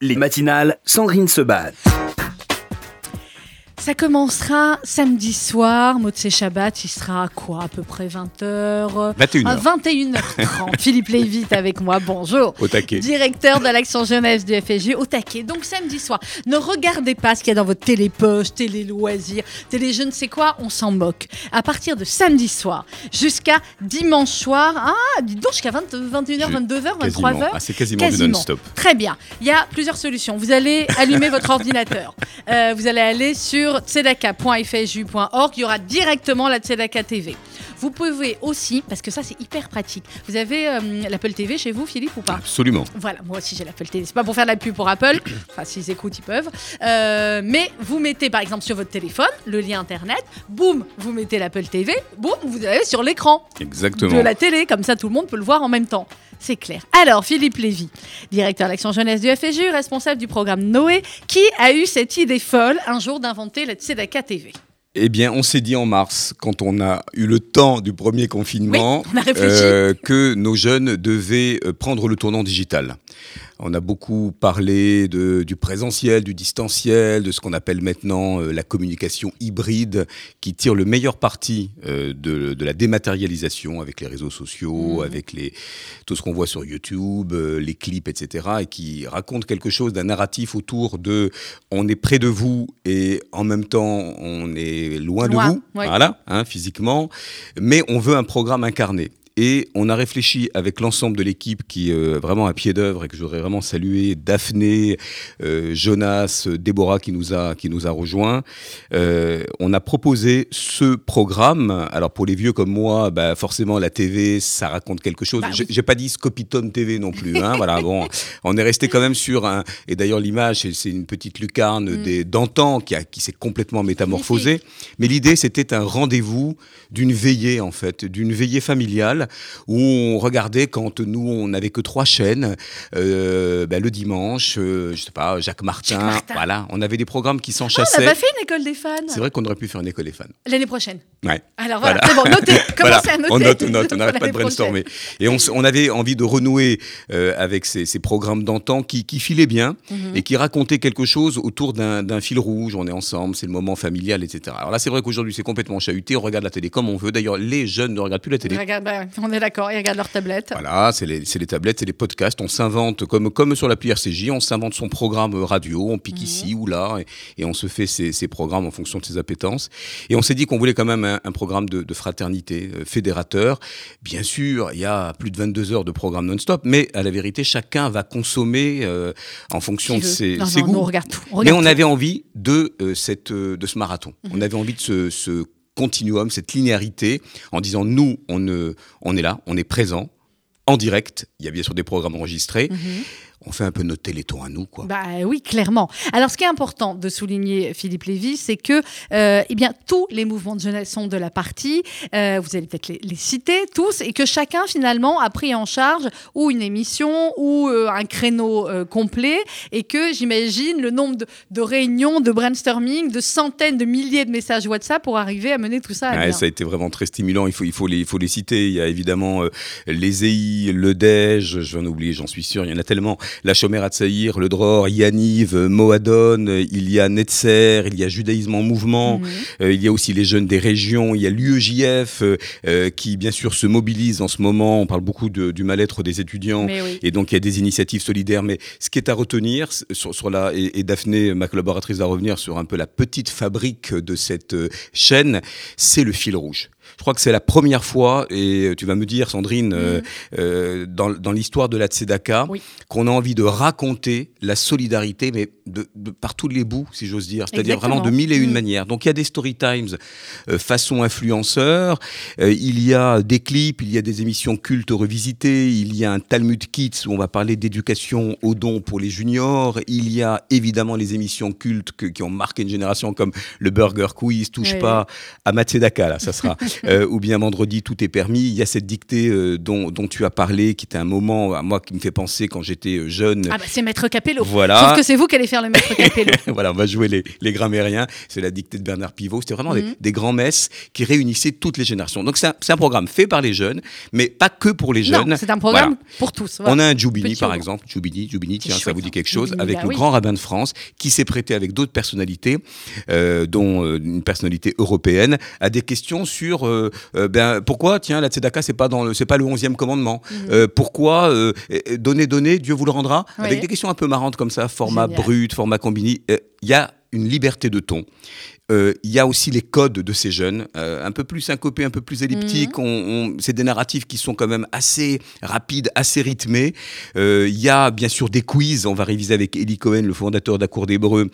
Les matinales, Sandrine se bat. Ça commencera samedi soir, Motsé Shabbat, il sera à quoi, à peu près 20h 21h. À 21h30. Philippe Lévy est avec moi, bonjour. Au taquet. Directeur de l'action jeunesse du FSJ, au taquet. Donc samedi soir, ne regardez pas ce qu'il y a dans votre télépoche, télé loisirs, télé je ne sais quoi, on s'en moque. À partir de samedi soir jusqu'à dimanche soir, dis donc jusqu'à 21h, 22h, 23h. Ah, c'est quasiment du non-stop. Très bien, il y a plusieurs solutions. Vous allez allumer votre ordinateur, vous allez aller sur tzedaka.fsju.org, il y aura directement la Tzedaka TV. Vous pouvez aussi, parce que ça c'est hyper pratique, vous avez l'Apple TV chez vous, Philippe, ou pas ? Absolument. Voilà, moi aussi j'ai l'Apple TV. C'est pas pour faire de la pub pour Apple, enfin s'ils écoutent ils peuvent. Mais vous mettez par exemple sur votre téléphone le lien internet, boum, vous mettez l'Apple TV, boum, vous allez sur l'écran Exactement. de la télé, comme ça tout le monde peut le voir en même temps. C'est clair. Alors, Philippe Lévy, directeur de l'action jeunesse du FSJ, responsable du programme Noé, qui a eu cette idée folle un jour d'inventer la Tzedaka TV. Eh bien, on s'est dit en mars, quand on a eu le temps du premier confinement, Oui, on a réfléchi. que nos jeunes devaient prendre le tournant digital. On a beaucoup parlé du présentiel, du distanciel, de ce qu'on appelle maintenant la communication hybride, qui tire le meilleur parti de la dématérialisation avec les réseaux sociaux, avec tout ce qu'on voit sur YouTube, les clips, etc., et qui raconte quelque chose d'un narratif autour de on est près de vous et en même temps on est loin de vous, ouais. voilà, physiquement, mais on veut un programme incarné. Et on a réfléchi avec l'ensemble de l'équipe qui est vraiment à pied d'œuvre et que je voudrais vraiment saluer, Daphné, Jonas, Déborah qui nous a rejoints. On a proposé ce programme. Alors pour les vieux comme moi, forcément la TV, ça raconte quelque chose. Oui. J'ai pas dit Scopitone TV non plus. Voilà, bon, on est resté quand même sur un. Et d'ailleurs l'image, c'est une petite lucarne d'antan qui s'est complètement métamorphosée. Mais l'idée, c'était un rendez-vous d'une veillée en fait, d'une veillée familiale, où on regardait quand nous on n'avait que 3 chaînes le dimanche, je sais pas, Jacques Martin, voilà, on avait des programmes qui s'enchassaient. On n'a pas fait une école des fans. C'est vrai qu'on aurait pu faire une école des fans l'année prochaine. Ouais. Alors voilà, c'est bon, notez, commencez à noter. On note, on n'arrête pas de brainstormer. Et on avait envie de renouer avec ces programmes d'antan qui filaient bien et qui racontaient quelque chose autour d'un fil rouge. On est ensemble, c'est le moment familial, etc. Alors là, c'est vrai qu'aujourd'hui, c'est complètement chahuté. On regarde la télé comme on veut. D'ailleurs, les jeunes ne regardent plus la télé. On est d'accord, ils regardent leur tablette. Voilà, c'est les tablettes, c'est les podcasts. On s'invente, comme sur l'appli RCJ, on s'invente son programme radio, on pique ici ou là, et on se fait ses programmes en fonction de ses appétences. Et on s'est dit qu'on voulait quand même un programme de fraternité, fédérateur. Bien sûr, il y a plus de 22 heures de programme non-stop, mais à la vérité, chacun va consommer en fonction de ses goûts. Nous, on regarde tout. Mais on avait envie de ce marathon. On avait envie de ce continuum, cette linéarité, en disant nous, on est là, on est présent, en direct. Il y a bien sûr des programmes enregistrés. On fait un peu notre téléthon à nous, quoi. Oui, clairement. Alors, ce qui est important de souligner, Philippe Lévy, c'est que tous les mouvements de jeunesse sont de la partie. Vous allez peut-être les citer tous, et que chacun, finalement, a pris en charge ou une émission ou un créneau complet, et que, j'imagine, le nombre de réunions, de brainstorming, de centaines de milliers de messages WhatsApp pour arriver à mener tout ça à bien. Ça a été vraiment très stimulant. Il faut les citer. Il y a évidemment les EI, le DEJ, je vais en oublier, j'en suis sûr, il y en a tellement. La Chomère Atsaïr, le Dror, Yaniv, Moadon, il y a Netzer, il y a Judaïsme en mouvement, il y a aussi les jeunes des régions, il y a l'UEJF qui bien sûr se mobilise en ce moment. On parle beaucoup du mal-être des étudiants, et donc il y a des initiatives solidaires. Mais ce qui est à retenir, et Daphné, ma collaboratrice, va revenir sur un peu la petite fabrique de cette chaîne, c'est le fil rouge. Je crois que c'est la première fois, et tu vas me dire, Sandrine, dans l'histoire de la Tzedaka, qu'on a envie de raconter la solidarité, mais par tous les bouts, si j'ose dire. C'est-à-dire vraiment de mille et une manières. Donc il y a des story times façon influenceur, il y a des clips, il y a des émissions cultes revisitées, il y a un Talmud Kids où on va parler d'éducation aux dons pour les juniors, il y a évidemment les émissions cultes qui ont marqué une génération comme le Burger Quiz, touche pas à ma Tzedaka, là, ça sera ou bien vendredi, tout est permis. Il y a cette dictée dont tu as parlé, qui était un moment, à moi, qui me fait penser quand j'étais jeune. Ah bah c'est Maître Capello. Voilà. Sauf que c'est vous qui allez faire le Maître Capello. Voilà, on va jouer les grammairiens. C'est la dictée de Bernard Pivot. C'était vraiment des grands-messes qui réunissaient toutes les générations. Donc c'est un programme fait par les jeunes, mais pas que pour les jeunes. Non, c'est un programme pour tous. Voilà. On a un Djoubini, par exemple. Djoubini, tiens, ça vous dit quelque chose, avec le grand rabbin de France, qui s'est prêté avec d'autres personnalités, dont une personnalité européenne, à des questions sur pourquoi, tiens, la tzedaka, c'est pas le 11e commandement. Pourquoi donner, Dieu vous le rendra, avec des questions un peu marrantes comme ça, format brut, format combiné. Il y a une liberté de ton. Il y a aussi les codes de ces jeunes, un peu plus syncopés, un peu plus elliptiques. C'est des narratifs qui sont quand même assez rapides, assez rythmés. Il y a bien sûr des quiz. On va réviser avec Eli Cohen, le fondateur d'Accours d'Hébreu,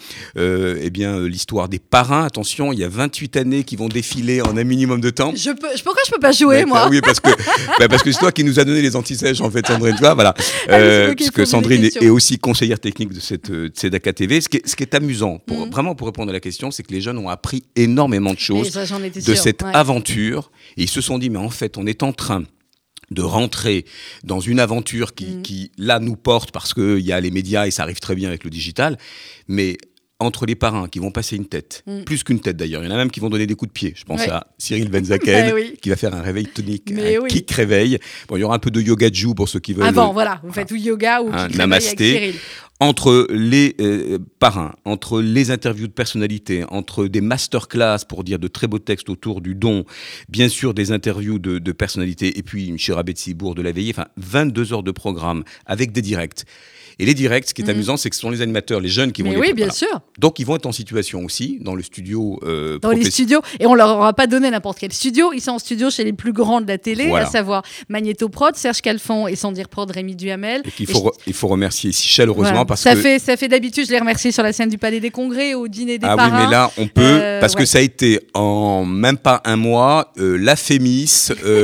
l'histoire des parrains. Attention, il y a 28 années qui vont défiler en un minimum de temps. Pourquoi je peux pas jouer, moi? Oui, parce que c'est toi qui nous as donné les anti-sèches, en fait, Sandrine. Tu vois, voilà. Parce que Sandrine est aussi conseillère technique de cette Tzedaka TV. Ce qui est amusant, vraiment pour répondre à la question, c'est que les jeunes ont appris énormément de choses de cette aventure. Et ils se sont dit, mais en fait, on est en train de rentrer dans une aventure qui là, nous porte parce qu'il y a les médias et ça arrive très bien avec le digital. Mais entre les parrains qui vont passer une tête, plus qu'une tête d'ailleurs, il y en a même qui vont donner des coups de pied. Je pense à Cyril Benzaken, qui va faire un réveil tonique, kick réveil. Bon, il y aura un peu de yoga Jou pour ceux qui veulent. Vous faites ou yoga ou kick namasté. Réveil avec Cyril. Entre les parrains, entre les interviews de personnalités, entre des masterclass pour dire de très beaux textes autour du don, bien sûr des interviews de personnalités, et puis Shira Betsibourg de la veillée, 22 heures de programme avec des directs. Et les directs, ce qui est amusant, c'est que ce sont les animateurs, les jeunes qui vont bien sûr. Donc, ils vont être en situation aussi, dans le studio. Dans les studios. Et on leur aura pas donné n'importe quel studio. Ils sont en studio chez les plus grands de la télé, à savoir Magnétoprod, Serge Calfon et Sandir Prod, Rémi Duhamel. Et il faut remercier ici chaleureusement parce que... Ça fait d'habitude, je les remercie sur la scène du Palais des Congrès, au dîner des parrains. Ah oui, mais là, on peut, parce que ça a été en même pas un mois, la Fémis,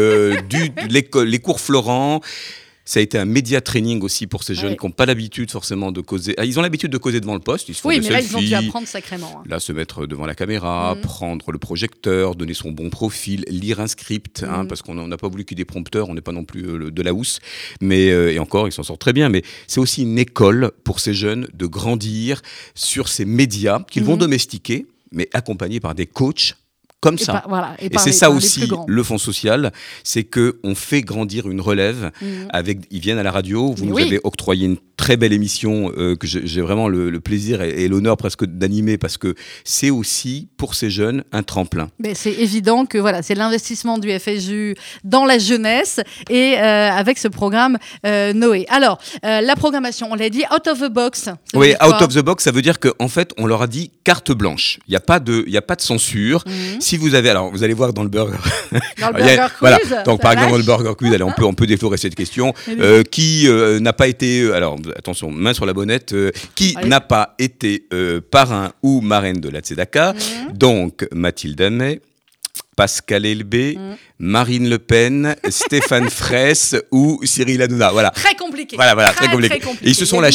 les cours Florent. Ça a été un média training aussi pour ces jeunes qui n'ont pas l'habitude forcément de causer. Ils ont l'habitude de causer devant le poste. Ils se font mais selfies, là, ils ont dû apprendre sacrément. Là, se mettre devant la caméra, prendre le projecteur, donner son bon profil, lire un script, parce qu'on n'a pas voulu qu'il y ait des prompteurs, on n'est pas non plus de la housse. Mais, et encore, ils s'en sortent très bien. Mais c'est aussi une école pour ces jeunes de grandir sur ces médias qu'ils vont domestiquer, mais accompagnés par des coachs. Comme ça. Et c'est ça aussi, le Fonds social, c'est qu'on fait grandir une relève. Ils viennent à la radio, vous nous avez octroyé une très belle émission que j'ai vraiment le plaisir et l'honneur presque d'animer parce que c'est aussi, pour ces jeunes, un tremplin. Mais c'est évident que c'est l'investissement du FSU dans la jeunesse et avec ce programme Noé. Alors, la programmation, on l'a dit, out of the box. Oui, out of the box, ça veut dire qu'en fait, on leur a dit carte blanche. Il n'y a pas de censure. Si vous avez, alors vous allez voir dans le burger. Dans le burger quiz. Donc par exemple dans le burger quiz, allez, on peut déflorer cette question. Qui n'a pas été, alors attention, main sur la bonnette, qui n'a pas été parrain ou marraine de la Tzedaka. Donc Mathilde Amet, Pascal Elbé, Marine Le Pen, Stéphane Fraisse ou Cyril Hanouna. Voilà. Très compliqué. Voilà, très compliqué. Et ils se sont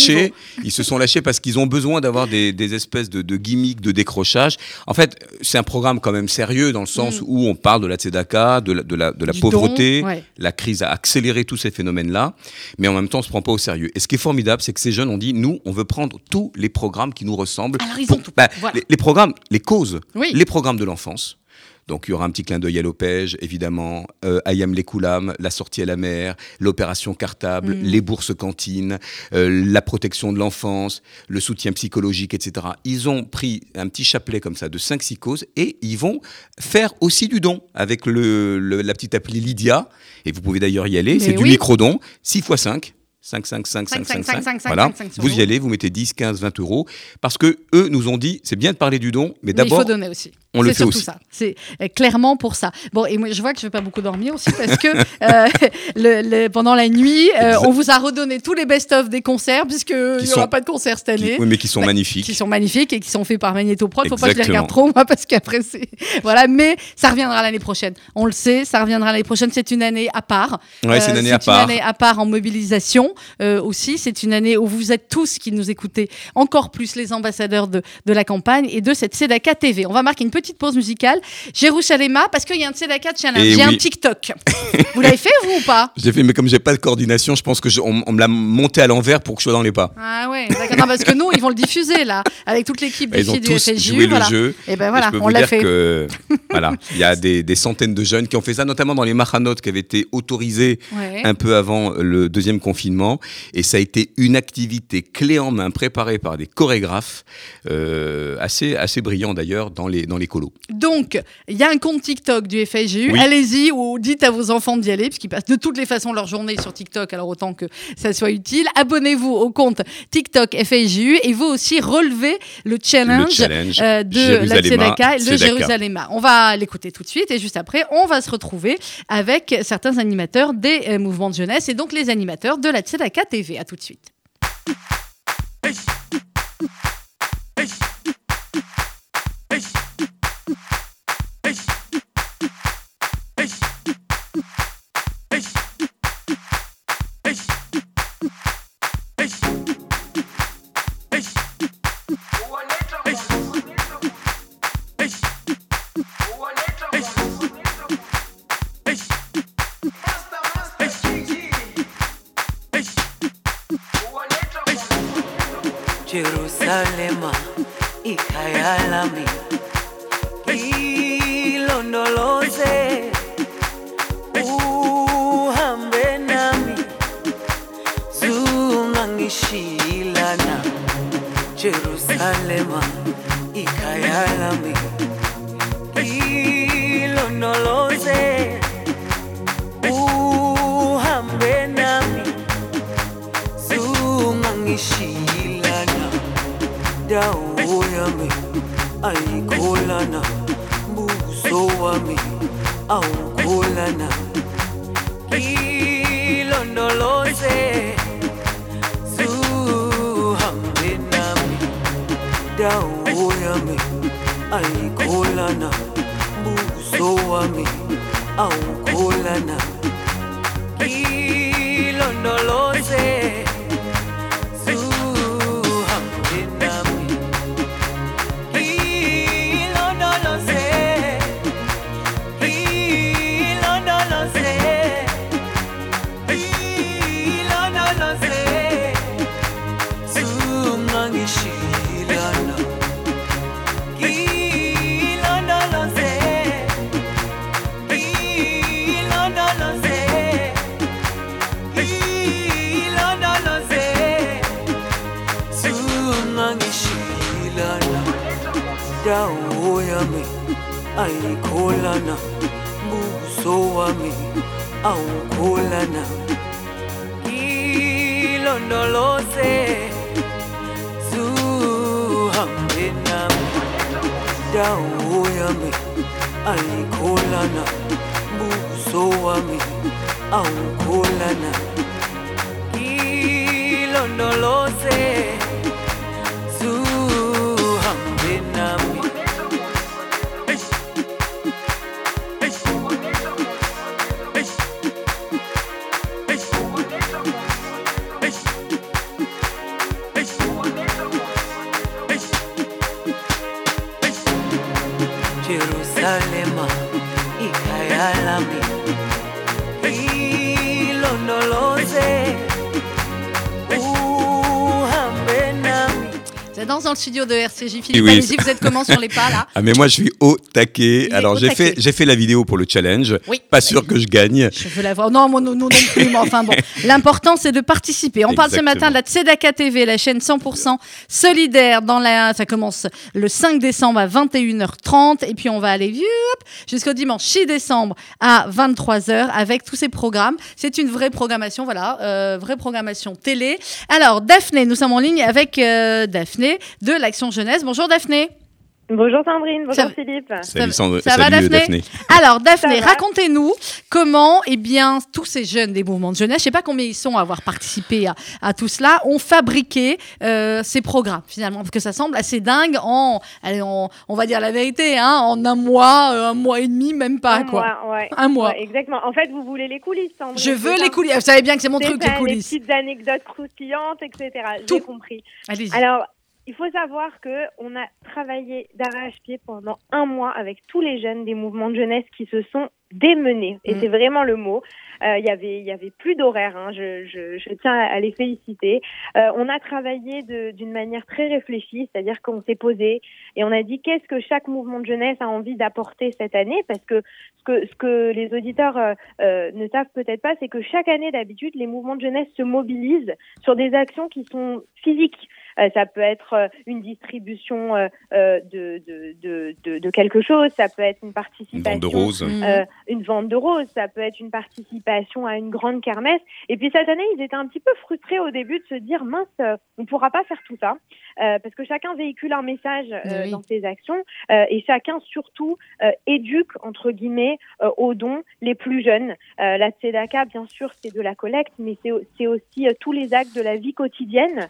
lâchés parce qu'ils ont besoin d'avoir des espèces de gimmicks, de décrochage. En fait, c'est un programme quand même sérieux dans le sens où on parle de la tzedaka, de la pauvreté. La crise a accéléré tous ces phénomènes-là, mais en même temps, on se prend pas au sérieux. Et ce qui est formidable, c'est que ces jeunes ont dit, nous, on veut prendre tous les programmes qui nous ressemblent. Alors, ils ont tout. Les programmes, les causes, les programmes de l'enfance. Donc, il y aura un petit clin d'œil à l'Opège, évidemment, Ayam Lekoulam, la sortie à la mer, l'opération cartable, les bourses cantines, la protection de l'enfance, le soutien psychologique, etc. Ils ont pris un petit chapelet comme ça de 5-6 causes et ils vont faire aussi du don avec la petite appli Lydia. Et vous pouvez d'ailleurs y aller, c'est du micro-don, 6 x 5. 5. Voilà. Vous y allez, vous mettez 10, 15, 20 euros. Parce que eux nous ont dit, c'est bien de parler du don, mais d'abord, il faut donner aussi. On le fait aussi. Ça. C'est clairement pour ça. Bon, et moi, je vois que je ne vais pas beaucoup dormir aussi parce que pendant la nuit, on vous a redonné tous les best-of des concerts puisqu'il n'y aura pas de concert cette année. Oui, mais qui sont magnifiques. Qui sont magnifiques et qui sont faits par Magnétoprod. Il ne faut pas que je les regarde trop, moi, parce qu'après, c'est... Voilà, mais ça reviendra l'année prochaine. On le sait, ça reviendra l'année prochaine. C'est une année à part. Oui, c'est une année à part. C'est une année à part en mobilisation aussi. C'est une année où vous êtes tous qui nous écoutez, encore plus les ambassadeurs de la campagne et de cette Tzedaka TV. On va marquer une petite petite pause musicale. Jérusalema, parce qu'il y a un Tzedaka Challenge. Et J'ai un oui. TikTok. Vous l'avez fait, vous, ou pas? J'ai fait, mais comme j'ai pas de coordination, je pense que on me l'a monté à l'envers pour que je sois dans les pas. Ah ouais, d'accord. Non, parce que nous, ils vont le diffuser, là, avec toute l'équipe des Ils ont filles du tous FSJU. joué voilà. le jeu. Et ben Et voilà, je peux on vous l'a dire fait. que voilà, il y a des centaines de jeunes qui ont fait ça, notamment dans les Machanot qui avaient été autorisés Ouais. un peu avant le deuxième confinement. Et ça a été une activité clé en main préparée par des chorégraphes assez brillants d'ailleurs dans les colos. Donc, il y a un compte TikTok du FSJU. Oui. Allez-y ou dites à vos enfants d'y aller, puisqu'ils passent de toutes les façons leur journée sur TikTok, alors autant que ça soit utile. Abonnez-vous au compte TikTok FSJU et vous aussi relevez le challenge, de la Tzedaka, le Jérusalema. On va l'écouter tout de suite et juste après, on va se retrouver avec certains animateurs des mouvements de jeunesse et donc les animateurs de la Tzedaka TV. À tout de suite. Jerusalema, ikhaya lami, ilondoloze, uhambe nami, zungangishilana. Jerusalema, ikhaya lami, ilondoloze, uhambe nami, zungangishilana. Dawo yami ayikholana, buso wami awukholana. Ilondoloze, zuhambe nami. Dawo yami ayikholana, buso wami awukholana. Ilondoloze. Dawo yami ayikholana, buso wami awukholana. Ilondoloze, zuhambe nami. Dawo yami ayikholana, buso wami awukholana. Ilondoloze, zuhambe nami. Jerusalema, ikhaya lami, ilondoloze, uhambe nami. Ça danse dans le studio de RCJ. Philippe, Oui. allez-y, vous êtes comment sur les pas, là? Ah mais moi je suis au taquet. Il est Alors au j'ai taquet. fait la vidéo pour le challenge. Oui. Pas sûr que je gagne. Je veux la voir. Non, moi, nous non plus. Mais enfin bon, l'important c'est de participer. On parle ce matin de la Tzedaka TV, la chaîne 100% solidaire. Ça commence le 5 décembre à 21h30 et puis on va aller jusqu'au dimanche 6 décembre à 23h avec tous ces programmes. C'est une vraie programmation, voilà, vraie programmation télé. Alors Daphné, nous sommes en ligne avec Daphné de l'Action Jeunesse. Bonjour Daphné. Bonjour Sandrine, bonjour Ça- Philippe. Salut, ça va, salut, Daphné Alors Daphné, Ça va. racontez-nous comment tous ces jeunes des mouvements de jeunesse, je ne sais pas combien ils sont à avoir participé à tout cela, ont fabriqué ces programmes finalement, parce que ça semble assez dingue on va dire la vérité, en un mois et demi, même pas Un quoi. mois, ouais. Un mois. Ouais, exactement. En fait, vous voulez les coulisses, Sandrine. Je veux c'est les ça coulisses. Vous savez bien que c'est mon C'est truc, ça, les coulisses. Les petites anecdotes croustillantes, etc. Tout. J'ai compris. Allez-y. Alors, il faut savoir qu'on a travaillé d'arrache-pied pendant 1 mois avec tous les jeunes des mouvements de jeunesse qui se sont démenés. Et c'est vraiment le mot. Il y avait plus d'horaire. Hein. Je tiens à les féliciter. On a travaillé d'une manière très réfléchie, c'est-à-dire qu'on s'est posé et on a dit qu'est-ce que chaque mouvement de jeunesse a envie d'apporter cette année, parce que ce que les auditeurs ne savent peut-être pas, c'est que chaque année d'habitude, les mouvements de jeunesse se mobilisent sur des actions qui sont physiques. Ça peut être une distribution de quelque chose, ça peut être une participation, une vente de roses, une vente de roses, ça peut être une participation à une grande kermesse. Et puis cette année, ils étaient un petit peu frustrés au début de se dire mince, on pourra pas faire tout ça, parce que chacun véhicule un message dans ses actions, et chacun surtout éduque entre guillemets aux dons les plus jeunes. La Tzedaka, bien sûr, c'est de la collecte, mais c'est aussi tous les actes de la vie quotidienne.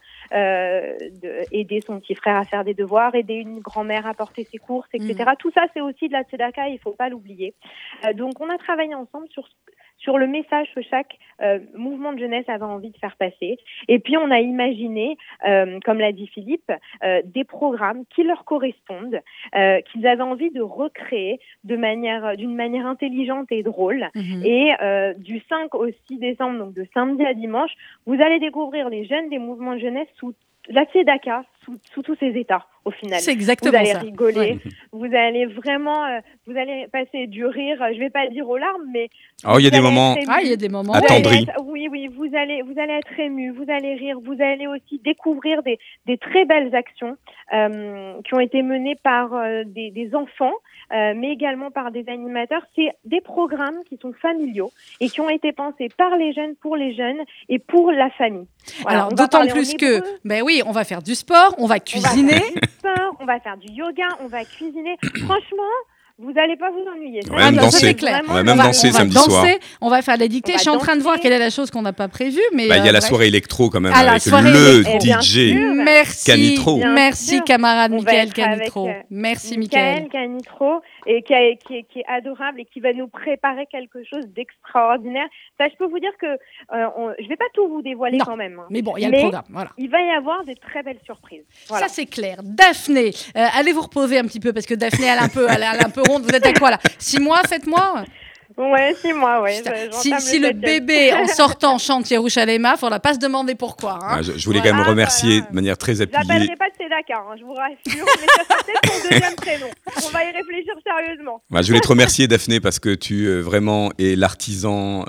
Aider son petit frère à faire des devoirs, aider une grand-mère à porter ses courses, etc. Tout ça, c'est aussi de la tzedaka, il faut pas l'oublier. Donc, on a travaillé ensemble sur le message que chaque mouvement de jeunesse avait envie de faire passer. Et puis, on a imaginé, comme l'a dit Philippe, des programmes qui leur correspondent, qu'ils avaient envie de recréer d'une manière intelligente et drôle. Et du 5 au 6 décembre, donc de samedi à dimanche, vous allez découvrir les jeunes des mouvements de jeunesse sous la tzedaka, sous tous ses états, au final. C'est exactement ça. Vous allez rigoler, vous allez vraiment, vous allez passer du rire, je vais pas dire aux larmes, mais... il y a des moments... il y a des moments... attendris. Oui, vous allez être ému, vous allez rire, vous allez aussi découvrir des très belles actions qui ont été menées par des enfants, mais également par des animateurs. C'est des programmes qui sont familiaux et qui ont été pensés par les jeunes, pour les jeunes et pour la famille. Voilà, alors, d'autant plus que, on va faire du sport, on va cuisiner. On va faire du yoga, on va cuisiner. Franchement, vous n'allez pas vous ennuyer. On va même danser. C'est clair. On va même danser samedi soir. On va faire la dictée. Je suis en train de voir quelle est la chose qu'on n'a pas prévue. Mais il y a la soirée électro quand même, avec le DJ Canitro. Merci camarade Michael Canitro. Merci Michael Canitro, et qui est adorable et qui va nous préparer quelque chose d'extraordinaire. Ça, je peux vous dire que je ne vais pas tout vous dévoiler quand même. Hein. Mais bon, il y a le programme. Voilà. Il va y avoir des très belles surprises. Voilà. Ça, c'est clair. Daphné, allez vous reposer un petit peu parce que Daphné, elle est un peu ronde. Vous êtes à quoi là 6 mois, 7 mois? Ouais, 6 mois, ouais. Si le bébé, en sortant, chante Yerushalema, il ne faudra pas se demander pourquoi. Hein. Je voulais quand même remercier de manière très appuyée. Je l'appellerai pas Tzedaka, je vous rassure, mais ça sera peut-être son deuxième prénom. On va y réfléchir sérieusement. Je voulais te remercier, Daphné, parce que tu vraiment es l'artisane.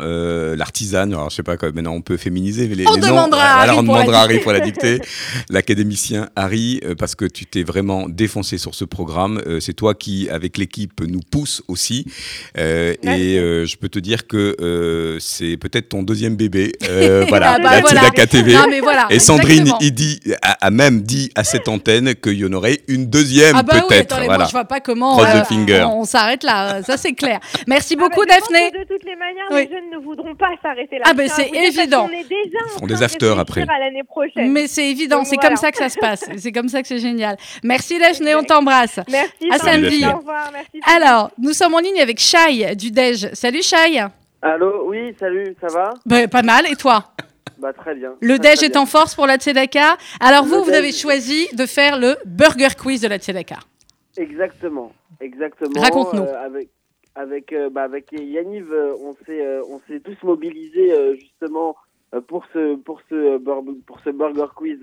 Alors, je sais pas, maintenant on peut féminiser les noms. On demandera à Harry pour la dictée. L'académicien Harry, parce que tu t'es vraiment défoncé sur ce programme. C'est toi qui, avec l'équipe, nous pousse aussi. Et je peux te dire que c'est peut-être ton deuxième bébé. La Tzedaka TV. Et Sandrine a même dit à cette antenne qu'il y en aurait une deuxième peut-être. Moi, je vois pas comment on s'arrête là. Ça, c'est clair. Merci beaucoup, Daphné. De toutes les manières, les jeunes ne voudront pas s'arrêter là. C'est évident. Ils font des afters après. À l'année prochaine. Mais c'est évident. Donc, c'est comme ça que ça se passe. C'est comme ça que c'est génial. Merci, Daphné. On t'embrasse. Merci. À samedi. Au revoir. Merci. Alors, nous sommes en ligne avec Shai du DEJ. Salut Shai. Allô, oui, salut, ça va? Pas mal, et toi? Très bien. Le DEJ est en force pour la Tzedaka. Alors vous avez choisi de faire le Burger Quiz de la Tzedaka. Exactement. Raconte-nous. Avec Yaniv, on s'est tous mobilisés justement pour ce Burger Quiz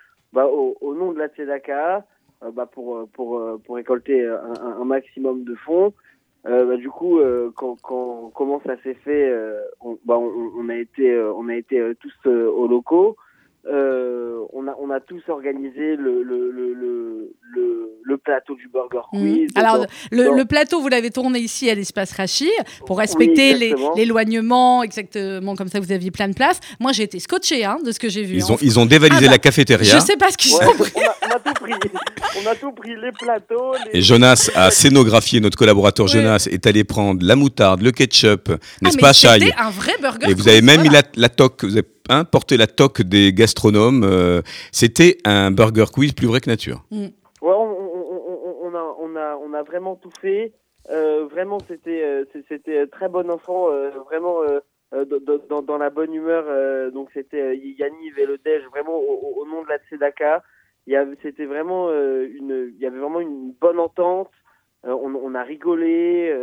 au nom de la Tzedaka, pour récolter un maximum de fonds. Du coup, comment ça s'est fait, on a été tous aux locaux. On a tous organisé le plateau du Burger Quiz. Alors, le plateau, vous l'avez tourné ici à l'espace Rachid pour respecter l'éloignement, exactement comme ça, vous aviez plein de place. Moi, j'ai été scotché de ce que j'ai vu. Ils ont dévalisé la cafétéria. Je ne sais pas ce qu'ils ont pris. On a tout pris. On a tout pris, les plateaux. Et Jonas a scénographié, notre collaborateur Jonas est allé prendre la moutarde, le ketchup, n'est-ce pas, Shai? C'était un vrai burger. Et vous avez même mis la toque, vous avez porté la toque des gastronomes. C'était un burger quiz plus vrai que nature. Ouais, on a vraiment tout fait. Vraiment, c'était très bon enfant. Vraiment dans la bonne humeur. Donc c'était Yaniv et le DEJ, vraiment au nom de la Tzedaka. c'était vraiment il y avait vraiment une bonne entente. On a rigolé.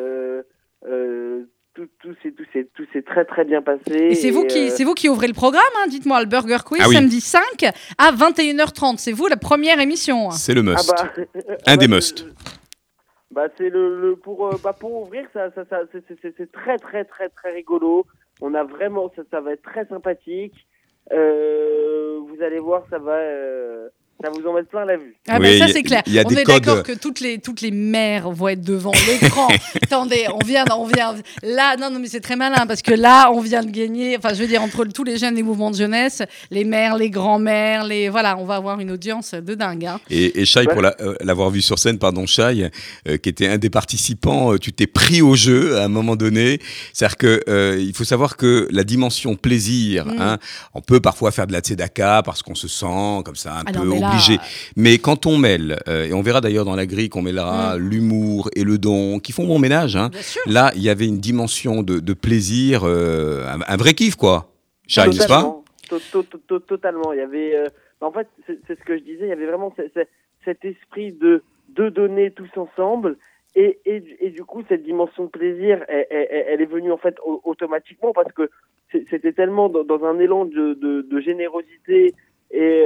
Tout s'est très très bien passé. Et c'est vous qui ouvrez le programme, hein, dites-moi, le Burger Quiz, samedi 5 à 21h30. C'est vous la première émission. Hein. C'est le must. Un des must. C'est pour ouvrir, c'est très très très très rigolo. On a vraiment, ça va être très sympathique. Vous allez voir, ça vous en met plein la vue. Ah ça c'est clair. On est d'accord que toutes les mères vont être devant l'écran. Attendez, on vient là. Non mais c'est très malin parce que là on vient de gagner. Enfin je veux dire entre tous les jeunes des mouvements de jeunesse, les mères, les grands-mères, on va avoir une audience de dingue. Hein. Et Shai, pour l'avoir vu sur scène, Shai, qui était un des participants, tu t'es pris au jeu à un moment donné. C'est-à-dire que il faut savoir que la dimension plaisir, on peut parfois faire de la tzedaka parce qu'on se sent comme ça un peu obligé. Mais quand on mêle, et on verra d'ailleurs dans la grille qu'on mêlera l'humour et le don, qui font bon ménage, hein. Là, il y avait une dimension de plaisir, un vrai kiff, quoi. Shai, n'est-ce pas ? Totalement. Il y avait, en fait, c'est ce que je disais, il y avait vraiment cet esprit de donner tous ensemble. Et du coup, cette dimension de plaisir, elle est venue en fait automatiquement parce que c'était tellement dans un élan de générosité et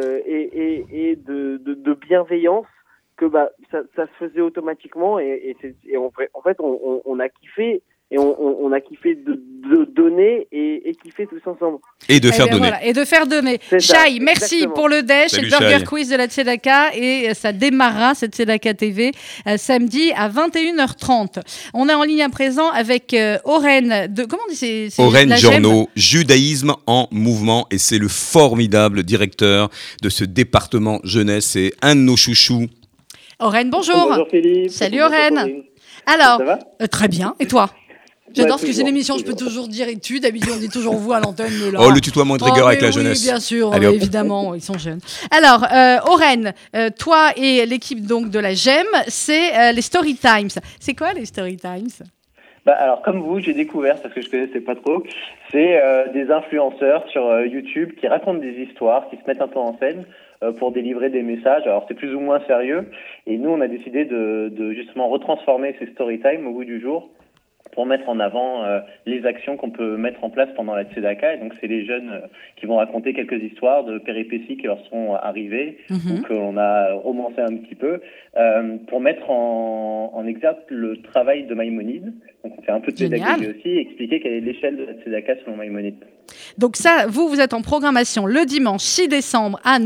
de bienveillance que ça se faisait automatiquement et en fait on a kiffé et on a kiffé de donner et kiffer tous ensemble. Et de faire donner. Voilà, et de faire donner. Shai, merci pour le Dash et le Burger Quiz de la Tzedaka. Et ça démarrera, cette Tzedaka TV, samedi à 21h30. On est en ligne à présent avec Oren. Comment on dit Oren Giorno, Judaïsme en mouvement. Et c'est le formidable directeur de ce département jeunesse. C'est un de nos chouchous. Oren, bonjour. Bonjour Philippe. Salut Oren. Alors, ça va très bien. Et toi ? J'adore ce que c'est une émission, je peux toujours dire études. D'habitude, on dit toujours vous à l'antenne. Là. Oh, le tutoiement de rigueur avec la jeunesse. Oui, bien sûr, Allez, évidemment, ils sont jeunes. Alors, Oren, toi et l'équipe donc de la GEM, c'est les Story Times. C'est quoi les Story Times ? Alors, comme vous, j'ai découvert, parce que je connaissais pas trop, c'est des influenceurs sur YouTube qui racontent des histoires, qui se mettent un peu en scène pour délivrer des messages. Alors, c'est plus ou moins sérieux. Et nous, on a décidé de justement retransformer ces Story Times au bout du jour pour mettre en avant les actions qu'on peut mettre en place pendant la Tzedaka. Et donc, c'est les jeunes qui vont raconter quelques histoires de péripéties qui leur sont arrivées ou qu'on a romancé un petit peu pour mettre en exergue le travail de Maïmonide. Donc, on fait un peu de pédagogie aussi et expliquer quelle est l'échelle de la Tzedaka selon Maïmonide. Donc ça, vous êtes en programmation le dimanche 6 décembre à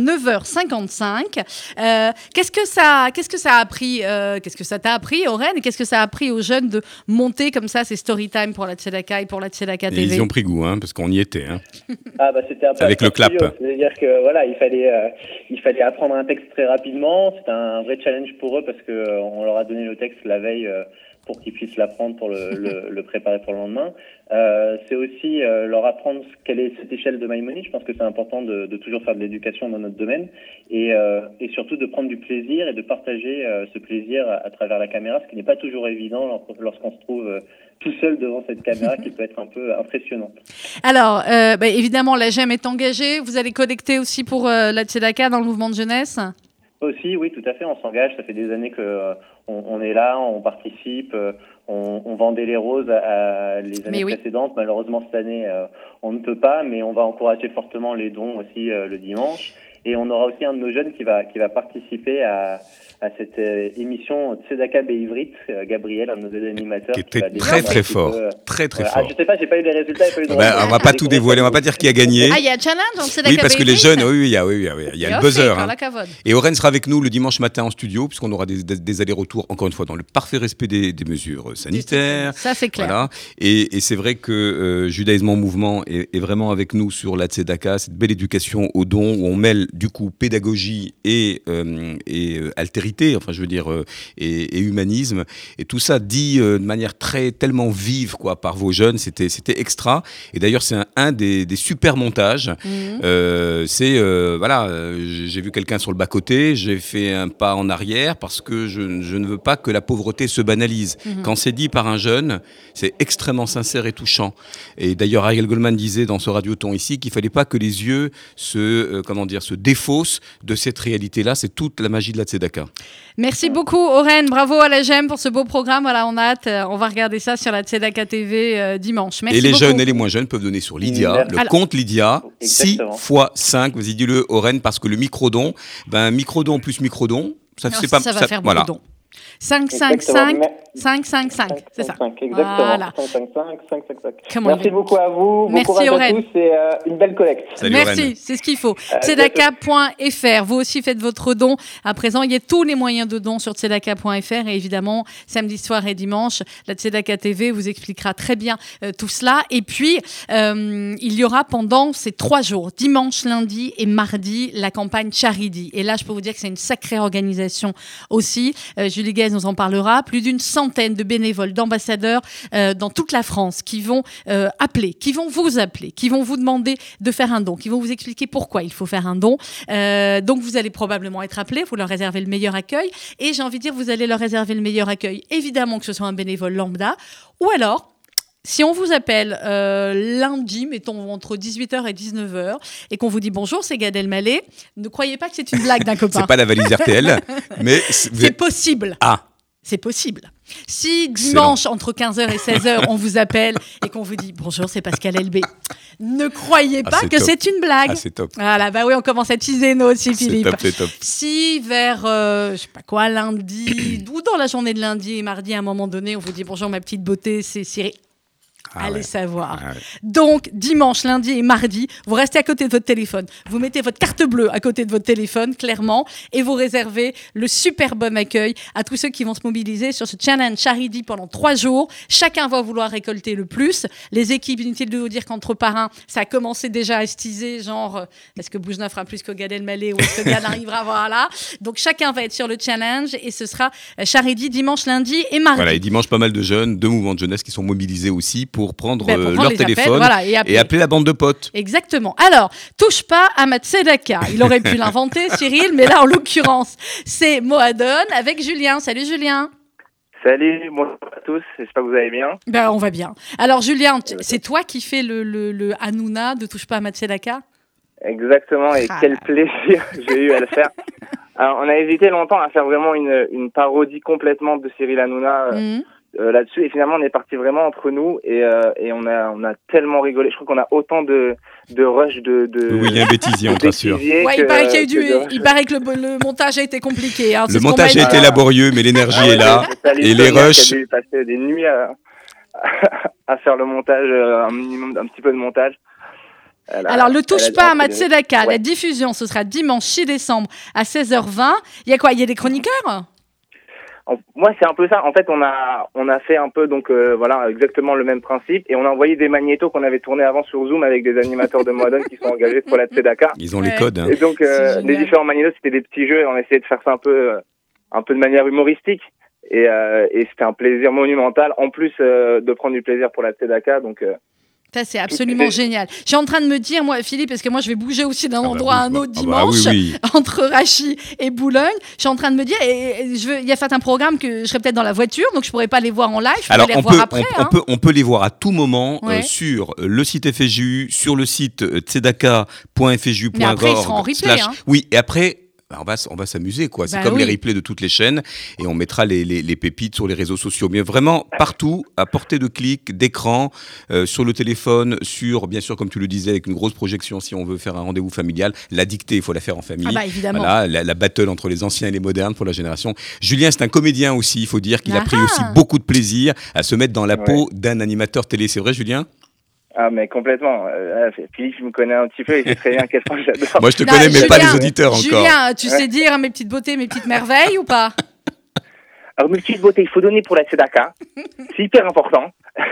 9h55. Qu'est-ce que ça a appris qu'est-ce que ça t'a appris, Oren, et qu'est-ce que ça a appris aux jeunes de monter comme ça ces story time pour la Tzedaka et pour la Tzedaka TV ? Et ils y ont pris goût, parce qu'on y était. C'était un peu avec le clap. C'est-à-dire que voilà, il fallait apprendre un texte très rapidement. C'était un vrai challenge pour eux parce que on leur a donné le texte la veille pour qu'ils puissent l'apprendre pour le préparer pour le lendemain. C'est aussi leur apprendre quelle est cette échelle de Maïmonide. Je pense que c'est important de toujours faire de l'éducation dans notre domaine et surtout de prendre du plaisir et de partager ce plaisir à travers la caméra, ce qui n'est pas toujours évident lorsqu'on se trouve tout seul devant cette caméra qui peut être un peu impressionnante. Alors, évidemment, la GEM est engagée. Vous allez connecter aussi pour la Tzedaka dans le mouvement de jeunesse ? Aussi, oui, tout à fait, on s'engage. Ça fait des années que on est là, on participe, on vendait les roses les années précédentes. Malheureusement, cette année, on ne peut pas, mais on va encourager fortement les dons aussi le dimanche. Et on aura aussi un de nos jeunes qui va participer à cette émission Tzedaka Be'Ivrit, Gabriel, un de nos animateurs. Qui était très fort, très fort. Je sais pas, j'ai pas eu les résultats. On va pas tout dévoiler, on va pas dire qui a gagné. Ah, il y a un challenge en Tzedaka Be'Ivrit. Oui, parce que les jeunes, il y a le buzzer. Et Oren sera avec nous le dimanche matin en studio, puisqu'on aura des allers-retours, encore une fois, dans le parfait respect des mesures sanitaires. Ça, c'est clair. Voilà. Et c'est vrai que Judaïsme en mouvement est vraiment avec nous sur la Tzedaka, cette belle éducation aux dons, où on mêle du coup pédagogie et altérité, et humanisme, et tout ça dit de manière tellement vive par vos jeunes, c'était extra. Et d'ailleurs c'est un des super montages. J'ai vu quelqu'un sur le bas côté, j'ai fait un pas en arrière parce que je ne veux pas que la pauvreté se banalise. Quand c'est dit par un jeune, c'est extrêmement sincère et touchant. Et d'ailleurs Ariel Goldman disait dans ce radioton ici qu'il fallait pas que les yeux se défausse de cette réalité-là. C'est toute la magie de la Tzedaka. Merci beaucoup, Oren. Bravo à la GEM pour ce beau programme. Voilà, on a hâte. On va regarder ça sur la Tzedaka TV dimanche. Merci et les beaucoup. jeunes et les moins jeunes peuvent donner sur Lydia, le compte Lydia, 6 x 5. Vas-y, dis-le, Oren, parce que le microdon, microdon plus microdon, ça Alors, fait pas... ça va faire beaucoup de dons. 5, 5, 5, 5, 5, 5, c'est ça. Exactement. Voilà. 5, 5, 5, 5, 5, 5. Comment Merci beaucoup à vous. Merci, bon courage Oren. à tous et une belle collecte. Salut, Merci, Oren. c'est ce qu'il faut. Tzedaka.fr. Vous aussi faites votre don. À présent, il y a tous les moyens de don sur tzedaka.fr et évidemment, samedi soir et dimanche, la Tzedaka TV vous expliquera très bien tout cela. Et puis, il y aura pendant ces 3 jours, dimanche, lundi et mardi, la campagne Charity. Et là, je peux vous dire que c'est une sacrée organisation aussi. Julie Guez nous en parlera. Plus d'une centaine de bénévoles, d'ambassadeurs dans toute la France qui vont appeler, qui vont vous appeler, qui vont vous demander de faire un don, qui vont vous expliquer pourquoi il faut faire un don. Donc, vous allez probablement être appelés, vous leur réservez le meilleur accueil. Et j'ai envie de dire, vous allez leur réserver le meilleur accueil. Évidemment que ce soit un bénévole lambda. Ou alors, si on vous appelle lundi, mettons entre 18h et 19h, et qu'on vous dit bonjour, c'est Gad Elmaleh, ne croyez pas que c'est une blague d'un copain. C'est pas la valise RTL, mais... C'est possible. Ah. C'est possible. Si dimanche, entre 15h et 16h, on vous appelle et qu'on vous dit « Bonjour, c'est Pascal Elbé », ne croyez pas que c'est une blague. Ah, c'est top. Voilà, bah oui, on commence à teaser nous aussi, Philippe. C'est top. Si vers, je sais pas quoi, lundi, ou dans la journée de lundi et mardi, à un moment donné, on vous dit « Bonjour, ma petite beauté, c'est Cyril ». Allez savoir. Ah ouais. Donc, dimanche, lundi et mardi, vous restez à côté de votre téléphone. Vous mettez votre carte bleue à côté de votre téléphone, clairement, et vous réservez le super bon accueil à tous ceux qui vont se mobiliser sur ce challenge Charity pendant 3 jours. Chacun va vouloir récolter le plus. Les équipes, inutile de vous dire qu'entre parrains, ça a commencé déjà à se teaser, genre, est-ce que Boujna fera plus que Gad Elmaleh ou est-ce que Gad arrivera, voilà. Donc, chacun va être sur le challenge et ce sera Charity dimanche, lundi et mardi. Voilà, et dimanche, pas mal de jeunes, de mouvements de jeunesse qui sont mobilisés aussi pour prendre leur les téléphone appels, voilà, et appeler la bande de potes. Exactement. Alors, touche pas à ma tzedaka. Il aurait pu l'inventer, Cyril, mais là, en l'occurrence, c'est Moadon avec Julien. Salut, Julien. Salut, bonjour à tous, j'espère que vous allez bien. Ben, on va bien. Alors, Julien, c'est toi qui fais le Hanouna de touche pas à ma tzedaka ? Exactement, et quel plaisir j'ai eu à le faire. Alors, on a hésité longtemps à faire vraiment une parodie complètement de Cyril Hanouna là-dessus, et finalement on est parti vraiment entre nous et on a tellement rigolé. Je crois qu'on a autant de rush de oui, il y a un bêtisier, on t'assure. Ouais, il paraît qu'il y a eu il paraît que le montage a été compliqué. Hein, le montage a été laborieux, mais l'énergie est là. Et les rushs. J'ai dû passer des nuits à faire le montage, un petit peu de montage. Alors, le touche pas à ma tzedaka, la diffusion, ce sera dimanche 6 décembre à 16h20. Il y a quoi ? Il y a des chroniqueurs ? Moi, c'est un peu ça. En fait, on a fait un peu, donc voilà, exactement le même principe, et on a envoyé des magnétos qu'on avait tournés avant sur Zoom avec des animateurs de Moadon qui sont engagés pour la Tzedaka. Ils ont les codes. Hein. Et donc, les différents magnétos, c'était des petits jeux, et on essayait de faire ça un peu de manière humoristique, et c'était un plaisir monumental, en plus de prendre du plaisir pour la Tzedaka, donc... Ça, c'est absolument génial. Je suis en train de me dire, moi, Philippe, parce que moi, je vais bouger aussi d'un endroit à un autre dimanche, entre Rachy et Boulogne. Je suis en train de me dire, il y a certains programmes que je serai peut-être dans la voiture, donc je pourrais pas les voir en live. Alors, les voir après. On peut les voir à tout moment sur le site FSJU, sur le site tzedaka.fju.org. Mais après, ils seront en replay. Oui, et après... On va s'amuser, quoi. C'est comme les replays de toutes les chaînes et on mettra les pépites sur les réseaux sociaux. Mais vraiment, partout, à portée de clic, d'écran, sur le téléphone, bien sûr, comme tu le disais, avec une grosse projection si on veut faire un rendez-vous familial. La dictée, il faut la faire en famille. Évidemment. Voilà, la battle entre les anciens et les modernes pour la génération. Julien, c'est un comédien aussi. Il faut dire qu'il a pris aussi beaucoup de plaisir à se mettre dans la peau d'un animateur télé. C'est vrai, Julien ? Ah, mais complètement. Philippe, je me connais un petit peu et je sais très bien à quel point j'adore. Moi, je te connais, mais Julien, pas les auditeurs encore. Julien, tu sais dire mes petites beautés, mes petites merveilles ou pas ? Alors, mes petites beautés, il faut donner pour la Tzedaka. C'est hyper important.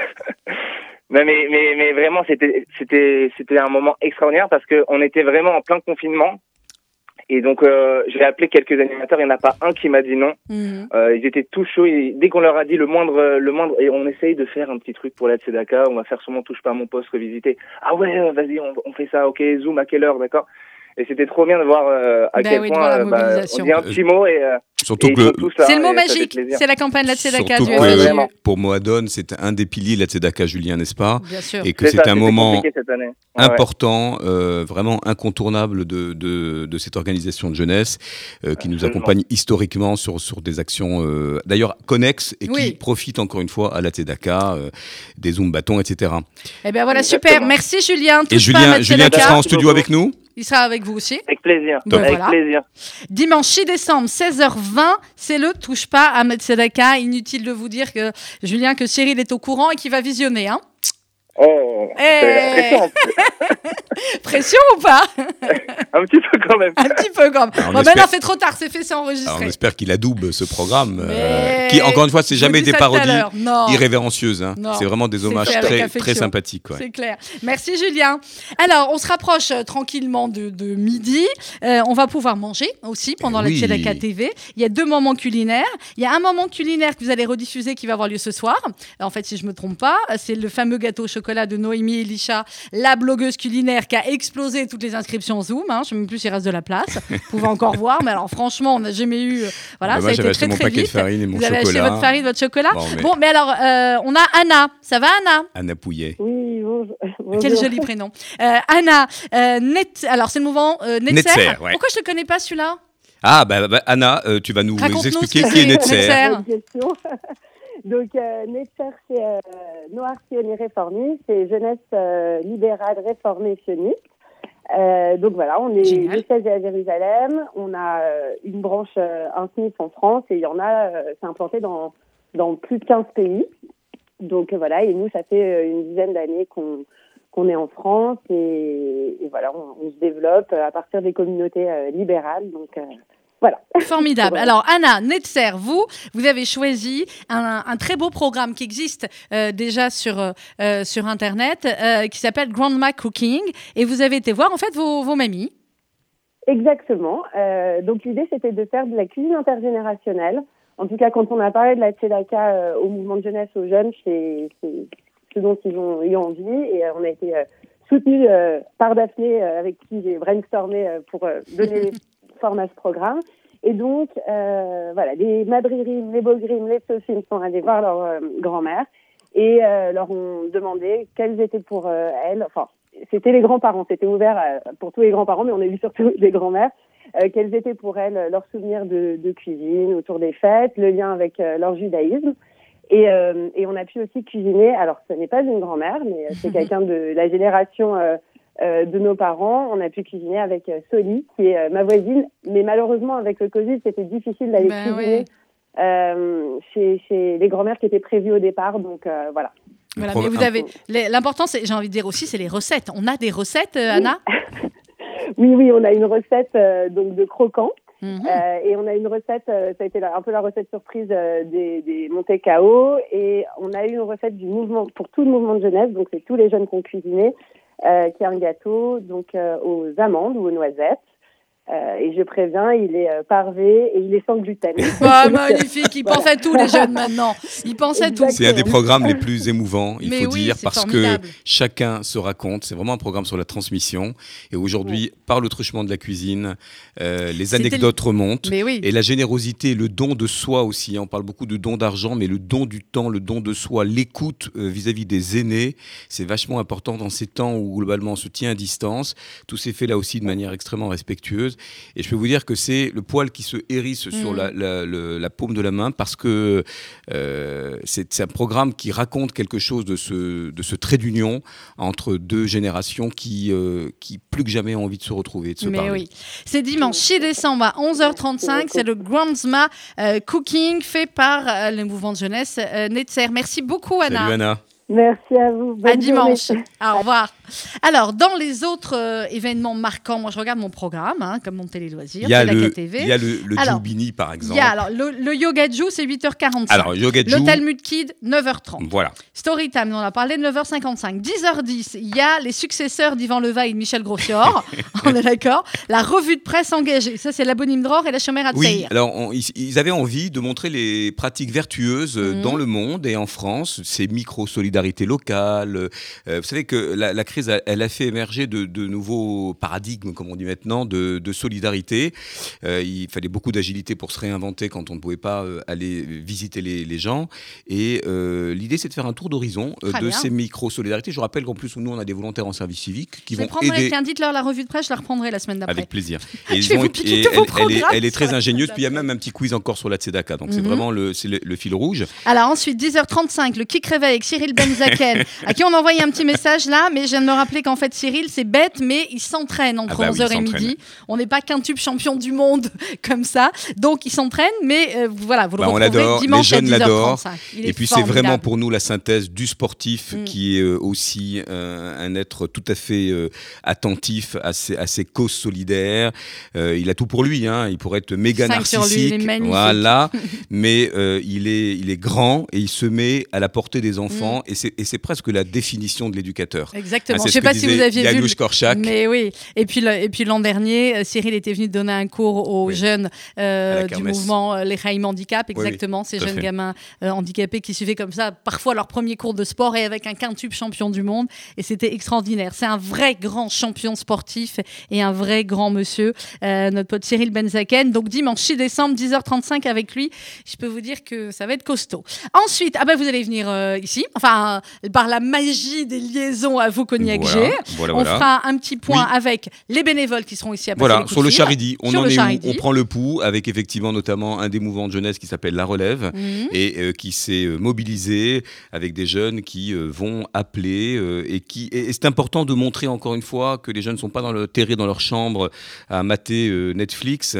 mais vraiment, c'était un moment extraordinaire parce qu'on était vraiment en plein confinement. Et donc, j'ai appelé quelques animateurs, il n'y en a pas un qui m'a dit non. Ils étaient tous chauds. Et dès qu'on leur a dit le moindre, et on essaye de faire un petit truc pour la Tzedaka, on va faire sûrement touche pas à mon poste revisité. Ah ouais, vas-y, on fait ça, ok, Zoom, à quelle heure, d'accord. Et c'était trop bien de voir à quel point on dit un petit mot et surtout et que c'est le mot magique, c'est la campagne de la Tzedaka du FSJU. Pour Moadone, c'est un des piliers de la Tzedaka, Julien, n'est-ce pas? Bien sûr. Et que c'est un moment important, vraiment incontournable de cette organisation de jeunesse qui nous accompagne historiquement sur des actions d'ailleurs connexes et qui profitent encore une fois à la Tzedaka, des Zumbatons, etc. Eh bien voilà, super. Merci Julien. Et Julien, tu seras en studio avec nous? Il sera avec vous aussi. Avec plaisir. Avec plaisir. Dimanche 6 décembre, 16h20, c'est le Touche pas à Tzedaka. Inutile de vous dire que Julien, que Cyril est au courant et qu'il va visionner. Hein. Oh, pression. Pression ou pas? Un petit peu quand même. Un petit peu quand même. Alors, bon, maintenant, c'est trop tard, c'est fait, c'est enregistré. Alors, on espère qu'il adoube ce programme, qui, encore une fois, c'est jamais des parodies irrévérencieuses. Hein. C'est vraiment des hommages très sympathiques. Ouais. C'est clair. Merci Julien. Alors, on se rapproche tranquillement de midi. On va pouvoir manger aussi pendant la Tzedaka TV. Il y a 2 moments culinaires. Il y a un moment culinaire que vous allez rediffuser qui va avoir lieu ce soir. En fait, si je ne me trompe pas, c'est le fameux gâteau au chocolat de Noémie Elisha, la blogueuse culinaire qui a explosé toutes les inscriptions Zoom. Hein. Je ne sais même plus s'il reste de la place. Vous pouvez encore voir, mais alors franchement, on n'a jamais eu. Voilà, ça a été très très vite. Vous avez acheté votre farine, votre chocolat. Bon, mais alors, on a Anna. Ça va, Anna? Anna Pouillet. Oui, bonjour. Quel joli prénom. Anna, alors c'est le mouvement Netzer. Ouais. Pourquoi je ne te connais pas celui-là? Ah, Anna, tu vas nous expliquer qui est Netzer. Donc, Netzer, c'est Noir Sioniste Réformiste, c'est jeunesse libérale réformée sioniste. Donc voilà, on est le 16 à Jérusalem, on a une branche, un SNIF en France, et il y en a, c'est implanté dans plus de 15 pays. Donc voilà, et nous, ça fait une dizaine d'années qu'on est en France, et voilà, on se développe à partir des communautés libérales, donc... Voilà. Formidable. Alors, Anna, Netzer, vous avez choisi un très beau programme qui existe déjà sur Internet, qui s'appelle Grandma Cooking, et vous avez été voir, en fait, vos mamies. Exactement. Donc, l'idée, c'était de faire de la cuisine intergénérationnelle. En tout cas, quand on a parlé de la Tzedaka au mouvement de jeunesse aux jeunes, c'est ce dont ils ont eu envie, et on a été soutenus par Daphné, avec qui j'ai brainstormé pour donner forme à ce programme. Et donc, voilà, les Madririm, les Bogrim, les Sofim sont allés voir leur grand-mère et leur ont demandé quels étaient pour elles, enfin, c'était les grands-parents, c'était ouvert pour tous les grands-parents, mais on a vu surtout les grands-mères, quels étaient pour elles leurs souvenirs de cuisine autour des fêtes, le lien avec leur judaïsme. Et on a pu aussi cuisiner, alors ce n'est pas une grand-mère, mais c'est quelqu'un de la génération... de nos parents, on a pu cuisiner avec Soli, qui est ma voisine, mais malheureusement avec le Covid, c'était difficile d'aller cuisiner chez les grand-mères qui étaient prévues au départ, donc voilà. Voilà, mais vous avez l'important, j'ai envie de dire aussi, c'est les recettes. On a des recettes, Anna? Oui, on a une recette donc de croquants. Et on a une recette, ça a été un peu la recette surprise des montées KO, et on a eu une recette du mouvement pour tout le mouvement de jeunesse, donc c'est tous les jeunes qui ont cuisiné. Qui est un gâteau donc aux amandes ou aux noisettes. Et je préviens, il est parvé et il est sans gluten. Magnifique, ils pensent à tout, les jeunes maintenant. Ils pensent à tout. C'est un des programmes les plus émouvants, il faut dire, parce formidable. Que chacun se raconte. C'est vraiment un programme sur la transmission. Et aujourd'hui, par le truchement de la cuisine, les anecdotes remontent. Et la générosité, le don de soi aussi. On parle beaucoup de don d'argent, mais le don du temps, le don de soi, l'écoute vis-à-vis des aînés, c'est vachement important dans ces temps où globalement on se tient à distance. Tout s'est fait là aussi de manière extrêmement respectueuse. Et je peux vous dire que c'est le poil qui se hérisse sur la paume de la main, parce que c'est un programme qui raconte quelque chose de ce trait d'union entre deux générations qui plus que jamais ont envie de se retrouver, de se parler. Oui. C'est dimanche 6 décembre à 11h35, c'est le Grandma Cooking fait par le mouvement de jeunesse Netzer. Merci beaucoup, Anna. Salut Anna. Merci à vous. À dimanche. Au revoir. Alors, dans les autres événements marquants, moi je regarde mon programme, comme mon télé-loisir, Tzedaka TV. Il y a le Joubini, par exemple. Il y a alors le Yoga Jou, c'est 8h45. Alors, Yoga Jou. Le Talmud Kid, 9h30. Voilà. Storytime, on en a parlé, 9h55. 10h10, il y a les successeurs d'Yvan Leva et de Michel Grossior. On est d'accord. La revue de presse engagée, ça c'est la Bonim Dror et la Shomer Hatzair. Oui, alors ils avaient envie de montrer les pratiques vertueuses dans le monde et en France. C'est micro-solidarité solidarité locale. Vous savez que la crise, elle a fait émerger de nouveaux paradigmes, comme on dit maintenant, de solidarité. Il fallait beaucoup d'agilité pour se réinventer quand on ne pouvait pas aller visiter les gens. Et l'idée, c'est de faire un tour d'horizon de ces micro-solidarités. Je rappelle qu'en plus, nous, on a des volontaires en service civique qui vont aider. Tiens, dites-leur la revue de presse, je la reprendrai la semaine d'après. Avec plaisir. Elle est très ingénieuse. Puis il y a même un petit quiz encore sur la Tzedaka. Donc c'est vraiment le fil rouge. Alors ensuite, 10h35, le Kick Réveil avec Cyril Benzaken, à qui on a envoyé un petit message là, mais je viens de me rappeler qu'en fait, Cyril, c'est bête, mais il s'entraîne entre 11h et midi. On n'est pas quintuples champion du monde comme ça. Donc il s'entraîne, mais voilà, vous le retrouverez dimanche à 10h35. Et puis c'est vraiment pour nous la synthèse du sportif qui est aussi un être tout à fait attentif à ses causes solidaires. Il a tout pour lui, hein. Il pourrait être méga narcissique, voilà, mais il est grand et il se met à la portée des enfants et c'est presque la définition de l'éducateur. Exactement. Je ne sais pas si vous aviez vu. Janusz Korczak. Mais oui. Et puis l'an dernier, Cyril était venu donner un cours aux jeunes du mouvement Les Chaim Handicap, exactement, ces jeunes gamins handicapés qui suivaient comme ça parfois leur premier cours de sport et avec un quintuple champion du monde. Et c'était extraordinaire. C'est un vrai grand champion sportif et un vrai grand monsieur, notre pote Cyril Benzaken. Donc dimanche 6 décembre, 10h35 avec lui. Je peux vous dire que ça va être costaud. Ensuite, vous allez venir ici, enfin, par la magie des liaisons à Vaux-Cognac-G. On fera un petit point avec les bénévoles qui seront ici à passer les coups de sur le fil. Charidi. On prend le pouls avec effectivement notamment un des mouvements de jeunesse qui s'appelle La Relève et qui s'est mobilisé avec des jeunes qui vont appeler et c'est important de montrer encore une fois que les jeunes ne sont pas terrés dans leur chambre à mater Netflix.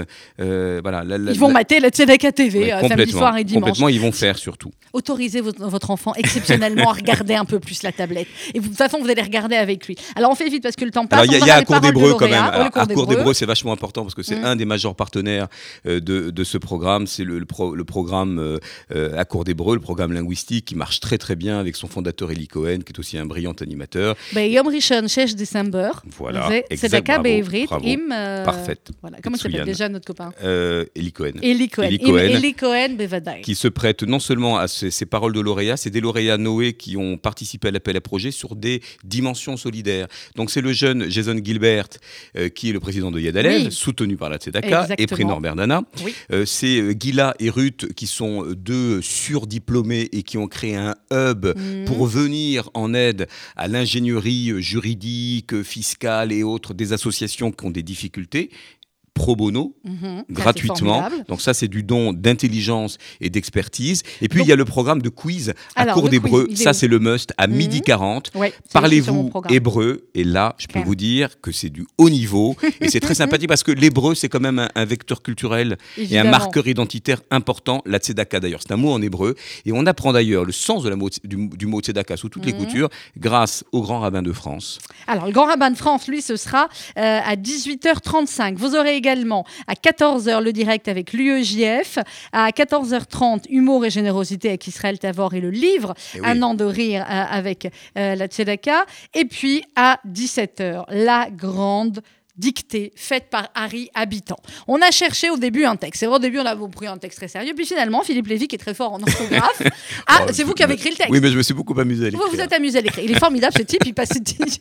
Ils vont mater la Tzedaka TV samedi soir et dimanche. Complètement, ils vont faire surtout. Autorisez votre enfant exceptionnellement à regarder un peu plus la tablette. Et de toute façon, vous allez regarder avec lui. Alors on fait vite parce que le temps passe. Il y a un cours d'hébreu quand même. Un cours d'hébreu, c'est vachement important parce que c'est un des majeurs partenaires de ce programme. C'est le programme à cours d'hébreu, le programme linguistique qui marche très très bien avec son fondateur Eli Cohen, qui est aussi un brillant animateur. Yom Rishon 6 décembre. Voilà. Tzedaka be'Ivrit. Parfaite. Voilà. Comment il s'appelle déjà notre copain Eli Cohen. Eli Cohen, bevadaï. Qui se prête non seulement à ces paroles de lauréats, c'est des lauréats Noé qui ont participé à l'appel à projet sur des dimensions solidaires. Donc c'est le jeune Jason Gilbert qui est le président de Yad Alev, soutenu par la Tzedaka et prix Norbert Dana. C'est Gila et Ruth qui sont deux surdiplômés et qui ont créé un hub pour venir en aide à l'ingénierie juridique, fiscale et autres des associations qui ont des difficultés. Pro bono, gratuitement. Donc ça, c'est du don d'intelligence et d'expertise. Et puis, il y a le programme de quiz à cours d'hébreu. Ça, c'est le must à 12h40. Parlez-vous hébreu. Et là, je peux vous dire que c'est du haut niveau. Et c'est très sympathique parce que l'hébreu, c'est quand même un vecteur culturel et un marqueur identitaire important. La tzedaka, d'ailleurs, c'est un mot en hébreu. Et on apprend d'ailleurs le sens du mot tzedaka sous toutes les coutures grâce au grand rabbin de France. Alors, le grand rabbin de France, lui, ce sera à 18h35. Vous aurez également à 14h le direct avec l'UEJF, à 14h30 Humour et générosité avec Israël Tavor et le livre Un an de rire avec la Tzedaka, et puis à 17h la grande dictée faite par Harry Habitant. On a cherché au début un texte. C'est vrai, au début, on a pris un texte très sérieux. Puis finalement, Philippe Lévy, qui est très fort en orthographe, c'est vous qui avez écrit le texte. Oui, mais je me suis beaucoup amusé à l'écrire. Vous êtes amusé à l'écrire. Il est formidable, ce type. Il passe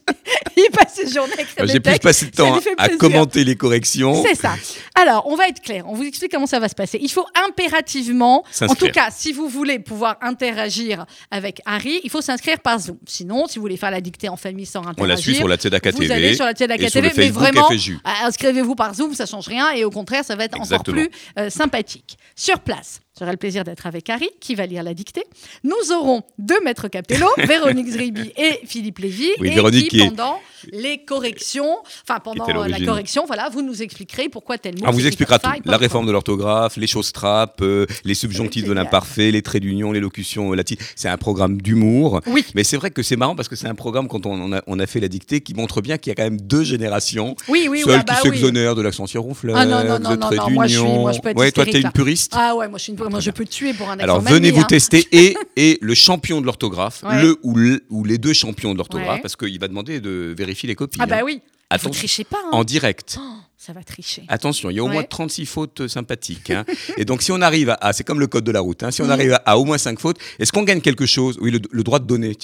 ses journées à écrire des textes. J'ai plus passé de temps à commenter les corrections. C'est ça. Alors, on va être clair. On vous explique comment ça va se passer. Il faut impérativement, en tout cas, si vous voulez pouvoir interagir avec Harry, il faut s'inscrire par Zoom. Sinon, si vous voulez faire la dictée en famille sans interagir, on la suit sur la Tzedaka TV. Vous allez sur la Tzedaka TV, mais vraiment, inscrivez-vous par Zoom, ça change rien et au contraire, ça va être encore plus sympathique. Sur place, j'aurai le plaisir d'être avec Harry qui va lire la dictée. Nous aurons deux maîtres capello, Véronique Zribi et Philippe Lévy, pendant les corrections, pendant la correction, vous nous expliquerez pourquoi tel mot. On vous expliquera tout. La réforme de l'orthographe, les choses trappes, les subjonctifs de l'imparfait, les traits d'union, les locutions latines. C'est un programme d'humour. Oui. Mais c'est vrai que c'est marrant parce que c'est un programme, quand on a fait la dictée, qui montre bien qu'il y a quand même deux générations. Celle qui s'exonère de l'accent circonfleur, de traits d'union. Moi, je peux être toi, t'es une puriste. Ah ouais, moi, je suis une puriste. Moi, je peux tuer pour un accent. Alors, venez vous tester. Et le champion de l'orthographe, ou les deux champions de l'orthographe, parce qu'il va demander de vérifier les copies. Ah bah oui. Vous ne trichez pas. En direct. Ça va tricher. Attention, il y a au moins 36 fautes sympathiques. Et donc, si on arrive c'est comme le code de la route, si on arrive à au moins 5 fautes, est-ce qu'on gagne quelque chose ? Oui, le droit de donner, tiens.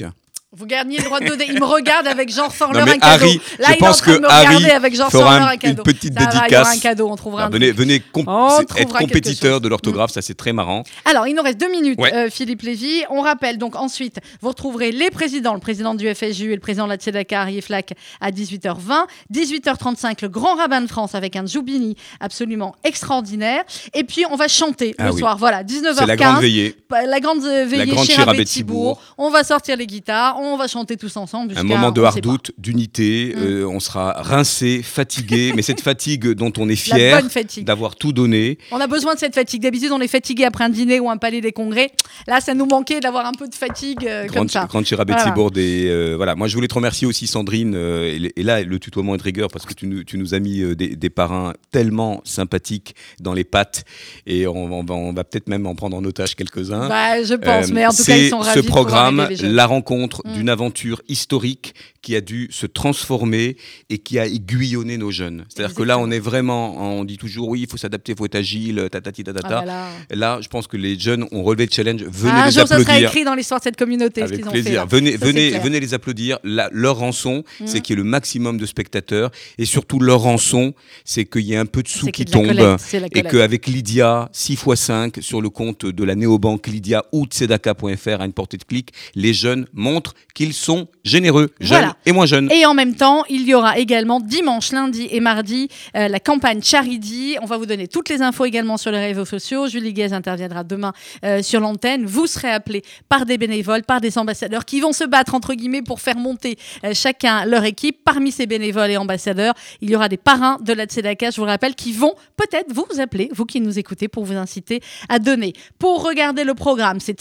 Vous gagnez le droit de donner. Il me regarde avec genre Forler Non, mais un cadeau. Harry, Là, je il est en pense train de que me Harry regarder avec genre fera Forler un cadeau. une petite Ça va, il y aura dédicace. un cadeau, on trouvera un venez truc. venez On être trouvera quelque compétiteur chose. de l'orthographe, ça c'est très marrant. Alors, il nous reste 2 minutes, Ouais. Philippe Lévy. On rappelle donc ensuite, vous retrouverez les présidents, le président du FSJU et le président de la Tzedaka, Arié Flack, à 18h20. 18h35, le grand rabbin de France avec un Djoubini absolument extraordinaire. Et puis, on va chanter le soir. Voilà, 19h15. C'est la grande veillée. La grande veillée La grande chez chez Rabbi Rabbi Tzibour. Tzibour. On va sortir les guitares, on va chanter tous ensemble. Un moment de on sait hardoute, d'unité. On sera rincé, fatigué, mais cette fatigue dont on est La fier bonne fatigue. d'avoir tout donné. On a besoin de cette fatigue. D'habitude, on est fatigué après un dîner ou un palais des congrès. Là, ça nous manquait d'avoir un peu de fatigue comme ça. Grande chez Rabbi Voilà. Tzibour. Voilà. Moi, je voulais te remercier aussi, Sandrine. Et là, le tutoiement est de rigueur parce que tu nous as mis des parrains tellement sympathiques dans les pattes. Et on va peut-être même en prendre en otage quelques-uns. Bah, je pense, mais en tout cas, ils sont ravis ce de pouvoir programme, aider les jeunes. la rencontre d'une aventure historique qui a dû se transformer et qui a aiguillonné nos jeunes. C'est-à-dire que là, on est vraiment, on dit toujours, oui, il faut s'adapter, il faut être agile, tatati, tatata. Là, je pense que les jeunes ont relevé le challenge. Venez Un les jour, ça applaudir. sera écrit dans l'histoire de cette communauté, ce Avec qu'ils ont plaisir. fait. Là. Venez les applaudir. Leur rançon, c'est qu'il y ait le maximum de spectateurs. Et surtout, leur rançon, c'est qu'il y ait un peu de sous qui tombent. Et qu'avec Lydia, 6x5 sur le compte de la néobanque Lydia ou tzedaka.fr à une portée de clic, les jeunes montrent qu'ils sont généreux, jeunes et moins jeunes. Et en même temps, il y aura également dimanche, lundi et mardi la campagne Charity. On va vous donner toutes les infos également sur les réseaux sociaux. Julie Guez interviendra demain sur l'antenne. Vous serez appelés par des bénévoles, par des ambassadeurs qui vont se battre entre guillemets pour faire monter chacun leur équipe. Parmi ces bénévoles et ambassadeurs, il y aura des parrains de la Tzedaka, je vous le rappelle, qui vont peut-être vous appeler, vous qui nous écoutez, pour vous inciter à donner. Pour regarder le programme, c'est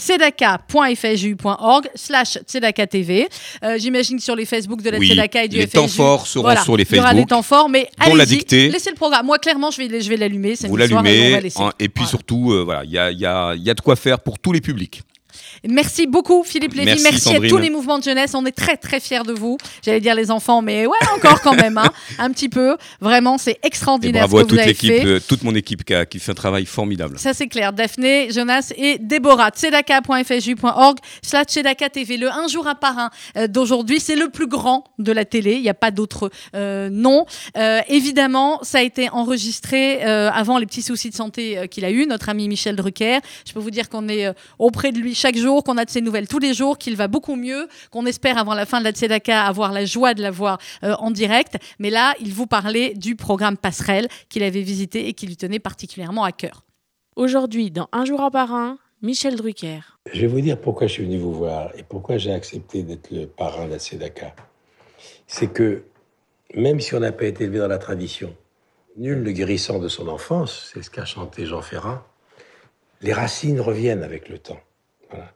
tzedaka.fju.org/tzedaka-tv. J'imagine sur les Facebook de la Tzedaka et du FSJU. Les temps forts seront sur les Facebook. Il y aura des temps forts, mais allez-y, laissez le programme. Moi, clairement, je vais l'allumer. Vous l'allumez, et puis surtout, il y a de quoi faire pour tous les publics. Merci beaucoup Philippe Lévy, merci à tous les mouvements de jeunesse, on est très très fiers de vous, j'allais dire les enfants mais ouais encore quand même un petit peu, vraiment c'est extraordinaire et bravo ce que vous avez fait. Bravo à toute mon équipe qui fait un travail formidable. Ça c'est clair, Daphné, Jonas et Déborah. tzedaka.fju.org/tzedaka TV, le un jour un parrain d'aujourd'hui, c'est le plus grand de la télé, il n'y a pas d'autre nom. Évidemment ça a été enregistré avant les petits soucis de santé qu'il a eu, notre ami Michel Drucker. Je peux vous dire qu'on est auprès de lui chaque jour, qu'on a de ses nouvelles tous les jours, qu'il va beaucoup mieux, qu'on espère avant la fin de la Tzedaka avoir la joie de la voir en direct. Mais là, il vous parlait du programme Passerelle qu'il avait visité et qui lui tenait particulièrement à cœur. Aujourd'hui, dans Un jour un parrain, Michel Drucker. Je vais vous dire pourquoi je suis venu vous voir et pourquoi j'ai accepté d'être le parrain de la Tzedaka. C'est que, même si on n'a pas été élevé dans la tradition, nul ne guérissant de son enfance, c'est ce qu'a chanté Jean Ferrat, les racines reviennent avec le temps. Voilà.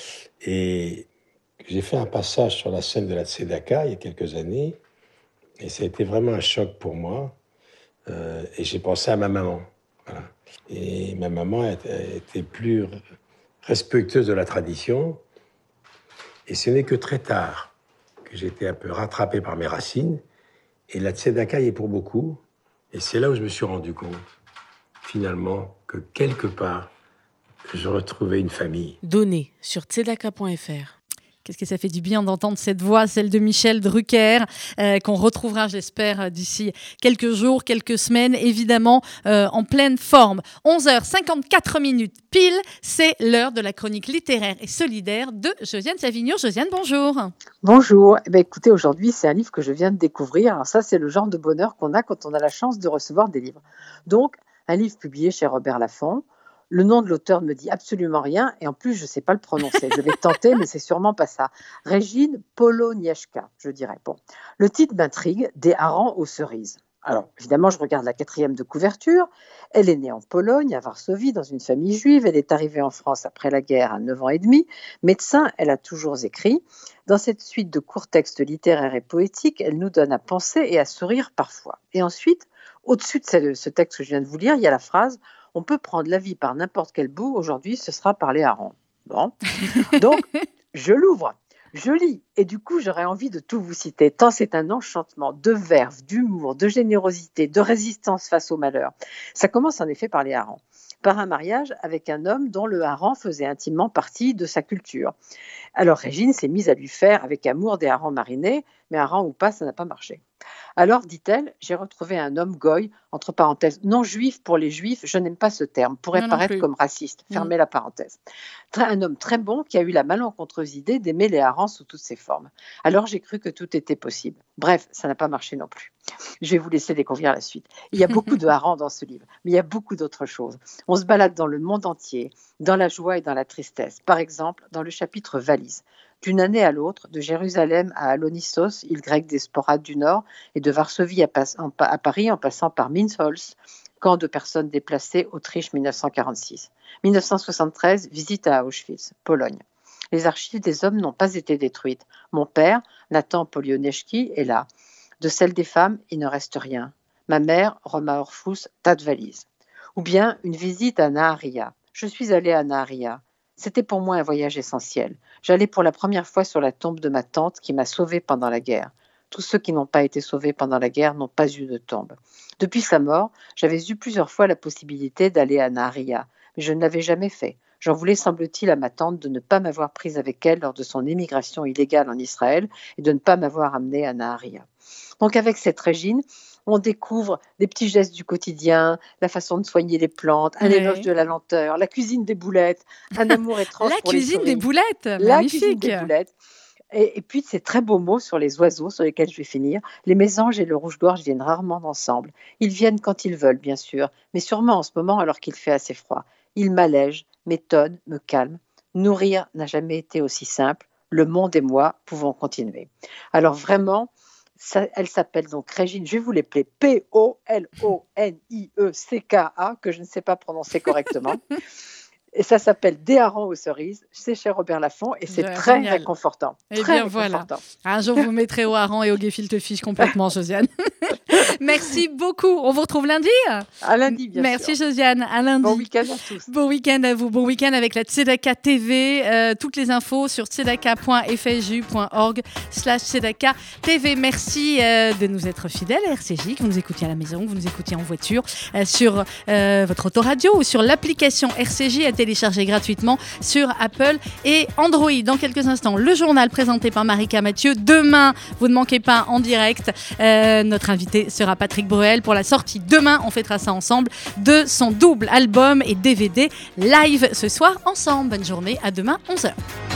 Et j'ai fait un passage sur la scène de la Tzedaka il y a quelques années, et ça a été vraiment un choc pour moi. Et j'ai pensé à ma maman. Voilà. Et ma maman était plus respectueuse de la tradition. Et ce n'est que très tard que j'ai été un peu rattrapé par mes racines. Et la Tzedaka y est pour beaucoup. Et c'est là où je me suis rendu compte, finalement, que quelque part, je retrouvais une famille. Donné sur tzedaka.fr. Qu'est-ce que ça fait du bien d'entendre cette voix, celle de Michel Drucker, qu'on retrouvera, j'espère, d'ici quelques jours, quelques semaines, évidemment, en pleine forme. 11h54 pile, c'est l'heure de la chronique littéraire et solidaire de Josiane Savigno. Josiane, bonjour. Bonjour. Eh bien, écoutez, aujourd'hui, c'est un livre que je viens de découvrir. Alors ça, c'est le genre de bonheur qu'on a quand on a la chance de recevoir des livres. Donc, un livre publié chez Robert Laffont. Le nom de l'auteur ne me dit absolument rien et en plus, je ne sais pas le prononcer. Je vais tenter, mais c'est sûrement pas ça. Régine Polonieszka, je dirais. Bon. Le titre m'intrigue, Des harengs aux cerises. Alors, évidemment, je regarde la 4e de couverture. Elle est née en Pologne, à Varsovie, dans une famille juive. Elle est arrivée en France après la guerre à 9 ans et demi. Médecin, elle a toujours écrit. Dans cette suite de courts textes littéraires et poétiques, elle nous donne à penser et à sourire parfois. Et ensuite, au-dessus de ce texte que je viens de vous lire, il y a la phrase « On peut prendre la vie par n'importe quel bout, aujourd'hui ce sera par les harengs ». Bon, donc je l'ouvre, je lis, et du coup j'aurais envie de tout vous citer, tant c'est un enchantement de verve, d'humour, de générosité, de résistance face au malheur. Ça commence en effet par les harengs. par un mariage avec un homme dont le hareng faisait intimement partie de sa culture. Alors Régine s'est mise à lui faire avec amour des harengs marinés, mais hareng ou pas, ça n'a pas marché. Alors, dit-elle, j'ai retrouvé un homme goy, entre parenthèses, non juif pour les juifs, je n'aime pas ce terme, pourrait paraître comme raciste, fermez la parenthèse. Un homme très bon qui a eu la malencontreuse idée d'aimer les harengs sous toutes ses formes. Alors, j'ai cru que tout était possible. Bref, ça n'a pas marché non plus. Je vais vous laisser découvrir la suite. Il y a beaucoup de harengs dans ce livre, mais il y a beaucoup d'autres choses. On se balade dans le monde entier, dans la joie et dans la tristesse. Par exemple, dans le chapitre Valise. D'une année à l'autre, de Jérusalem à Alonissos, île grecque des Sporades du Nord, et de Varsovie à Paris en passant par Minsolz, camp de personnes déplacées, Autriche 1946. 1973, visite à Auschwitz, Pologne. Les archives des hommes n'ont pas été détruites. Mon père, Nathan Polioneczki, est là. De celle des femmes, il ne reste rien. Ma mère, Roma Orfus, tas de valises. Ou bien une visite à Naharia. Je suis allée à Naharia. C'était pour moi un voyage essentiel. J'allais pour la première fois sur la tombe de ma tante qui m'a sauvée pendant la guerre. Tous ceux qui n'ont pas été sauvés pendant la guerre n'ont pas eu de tombe. Depuis sa mort, j'avais eu plusieurs fois la possibilité d'aller à Naharia, mais je ne l'avais jamais fait. J'en voulais, semble-t-il, à ma tante de ne pas m'avoir prise avec elle lors de son émigration illégale en Israël et de ne pas m'avoir amenée à Naharia. Donc avec cette Régine, on découvre des petits gestes du quotidien, la façon de soigner les plantes, un éloge de la lenteur, la cuisine des boulettes, un amour étrange pour les souris. La cuisine des boulettes, magnifique. La cuisine des boulettes. Et puis ces très beaux mots sur les oiseaux sur lesquels je vais finir. Les mésanges et le rouge-gorge viennent rarement ensemble. Ils viennent quand ils veulent, bien sûr, mais sûrement en ce moment alors qu'il fait assez froid. Ils m'allègent, m'étonnent, me calment. Nourrir n'a jamais été aussi simple. Le monde et moi pouvons continuer. Alors vraiment, elle s'appelle donc Régine, je vais vous l'appeler Poloniecka, que je ne sais pas prononcer correctement. Et ça s'appelle Des harengs aux cerises. C'est chez Robert Laffont et c'est très réconfortant. Et bien voilà. Un jour, vous mettrez au hareng et au gefilte fish complètement, Josiane. Merci beaucoup. On vous retrouve lundi. À lundi, bien sûr. Merci, Josiane. À lundi. Bon week-end à tous. Bon week-end à vous. Bon week-end avec la Tzedaka TV. Toutes les infos sur tzedaka.fju.org/Tzedaka TV. Merci de nous être fidèles à RCJ, que vous nous écoutiez à la maison, que vous nous écoutiez en voiture, sur votre autoradio ou sur l'application RCJ à télécharger gratuitement sur Apple et Android. Dans quelques instants, le journal présenté par Marika Mathieu. Demain, vous ne manquez pas en direct. Notre invité sera Patrick Bruel pour la sortie demain, on fêtera ça ensemble, de son double album et DVD live ce soir ensemble. Bonne journée, à demain 11h.